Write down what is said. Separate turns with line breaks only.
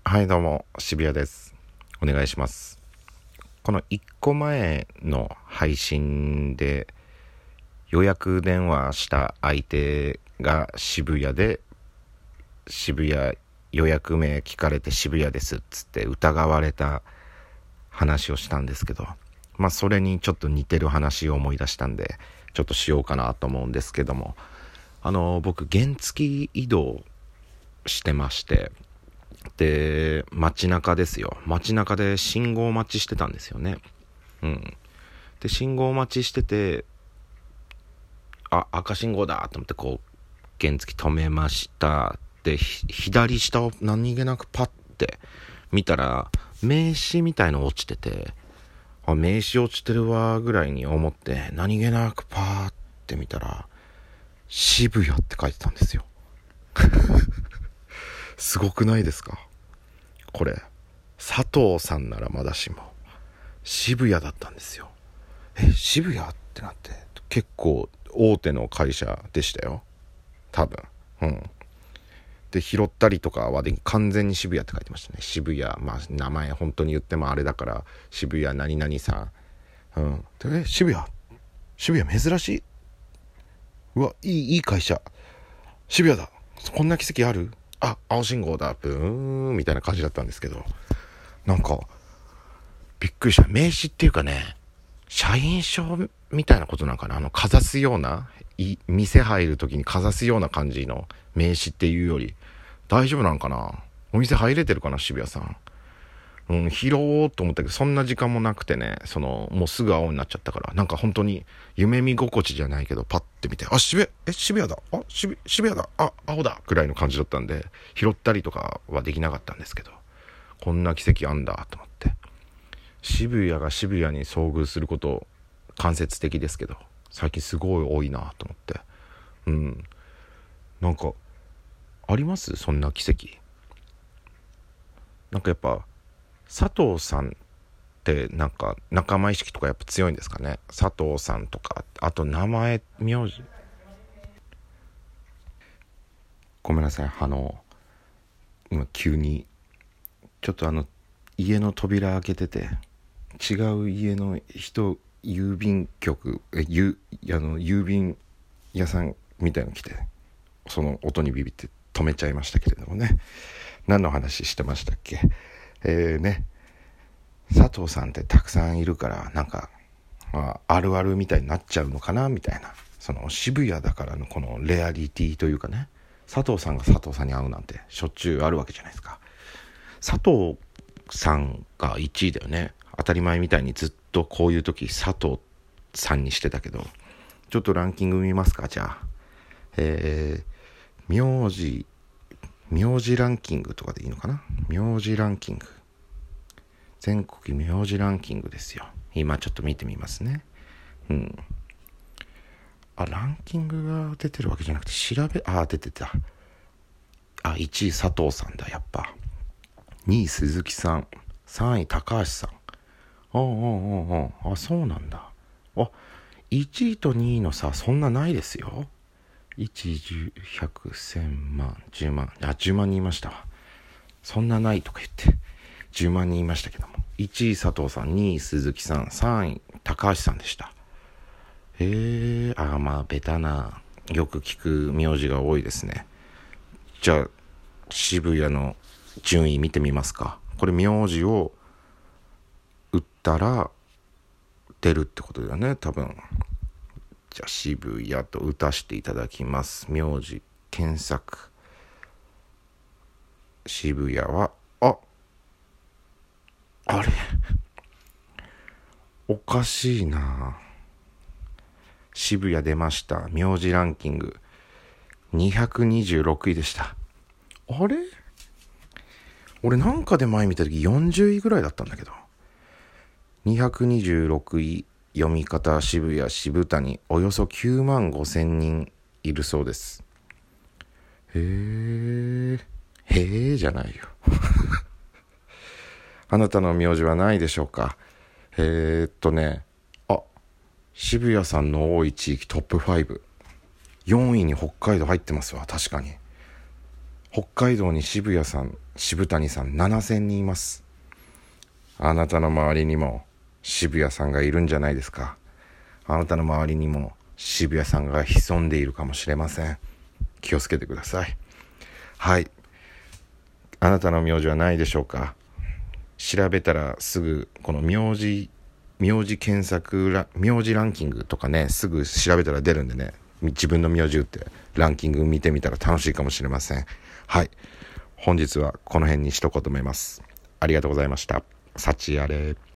はい、どうも渋谷です。お願いします。この1個前の配信で予約電話した相手が渋谷で、渋谷予約名聞かれて渋谷ですっつって疑われた話をしたんですけど、それにちょっと似てる話を思い出したんでちょっとしようかなと思うんですけども、僕原付移動してまして、で街中ですよ。街中で信号待ちしてたんですよね。で信号待ちしてて、赤信号だと思って原付止めました。で左下を何気なくパッて見たら名刺みたいの落ちてて、名刺落ちてるわぐらいに思って何気なくパーって見たら渋谷って書いてたんですよ。すごくないですかこれ。佐藤さんならまだしも渋谷だったんですよ。渋谷ってなって、結構大手の会社でしたよ多分。で拾ったりとかは完全に渋谷って書いてましたね。渋谷、名前本当に言ってもあれだから渋谷何々さん。で渋谷珍しい。うわ、いい会社渋谷だ。こんな奇跡ある？青信号だブーンみたいな感じだったんですけど、なんかびっくりした。名刺っていうかね、社員証みたいなことなんかな。かざすような、店入る時にかざすような感じの名刺っていうより大丈夫なんかな。お店入れてるかな渋谷さん。拾おうと思ったけどそんな時間もなくてね、もうすぐ青になっちゃったから、なんか本当に夢見心地じゃないけどパッて見て、渋谷だ、渋谷だ、青だくらいの感じだったんで拾ったりとかはできなかったんですけど、こんな奇跡あんだと思って。渋谷が渋谷に遭遇すること間接的ですけど最近すごい多いなと思って。なんかありますそんな奇跡。なんかやっぱ佐藤さんってなんか仲間意識とかやっぱ強いんですかね。佐藤さんとか、あと名前名字、ごめんなさい、今急にちょっと家の扉開けてて、違う家の郵便局郵便屋さんみたいの来て、その音にビビって止めちゃいましたけれどもね。何の話してましたっけ。佐藤さんってたくさんいるからなんか、あるあるみたいになっちゃうのかなみたいな、渋谷だからのこのレアリティというかね、佐藤さんが佐藤さんに会うなんてしょっちゅうあるわけじゃないですか。佐藤さんが1位だよね。当たり前みたいにずっとこういう時佐藤さんにしてたけど、ちょっとランキング見ますか。じゃあ名字ランキングとかでいいのかな。名字ランキング、全国名字ランキングですよ。今ちょっと見てみますね。ランキングが出てるわけじゃなくて出てた。1位佐藤さんだやっぱ。2位鈴木さん、3位高橋さん。そうなんだ。1位と2位の差そんなないですよ。1、10、100、1000万、10万、10万人いましたわ。そんなないとか言って10万人いましたけども、1位佐藤さん、2位鈴木さん、3位高橋さんでした。ベタなよく聞く名字が多いですね。じゃあ渋谷の順位見てみますか。これ名字を打ったら出るってことだよね多分。じゃあ渋谷と打たせていただきます。名字検索、渋谷はあれおかしいな。渋谷出ました。名字ランキング226位でした。あれ、俺なんかで前見た時40位ぐらいだったんだけど。226位、読み方渋谷渋谷、およそ9万5千人いるそうです。へえじゃないよ。あなたの名字はないでしょうか。渋谷さんの多い地域トップ5、4位に北海道入ってますわ。確かに北海道に渋谷さん、渋谷さん7000人います。あなたの周りにも渋谷さんがいるんじゃないですか。あなたの周りにも渋谷さんが潜んでいるかもしれません。気をつけてください。はい。あなたの名字はないでしょうか。調べたらすぐこの名字検索名字ランキングとかね、すぐ調べたら出るんでね、自分の名字打ってランキング見てみたら楽しいかもしれません。はい。本日はこの辺にしとこうと思います。ありがとうございました。幸あれ。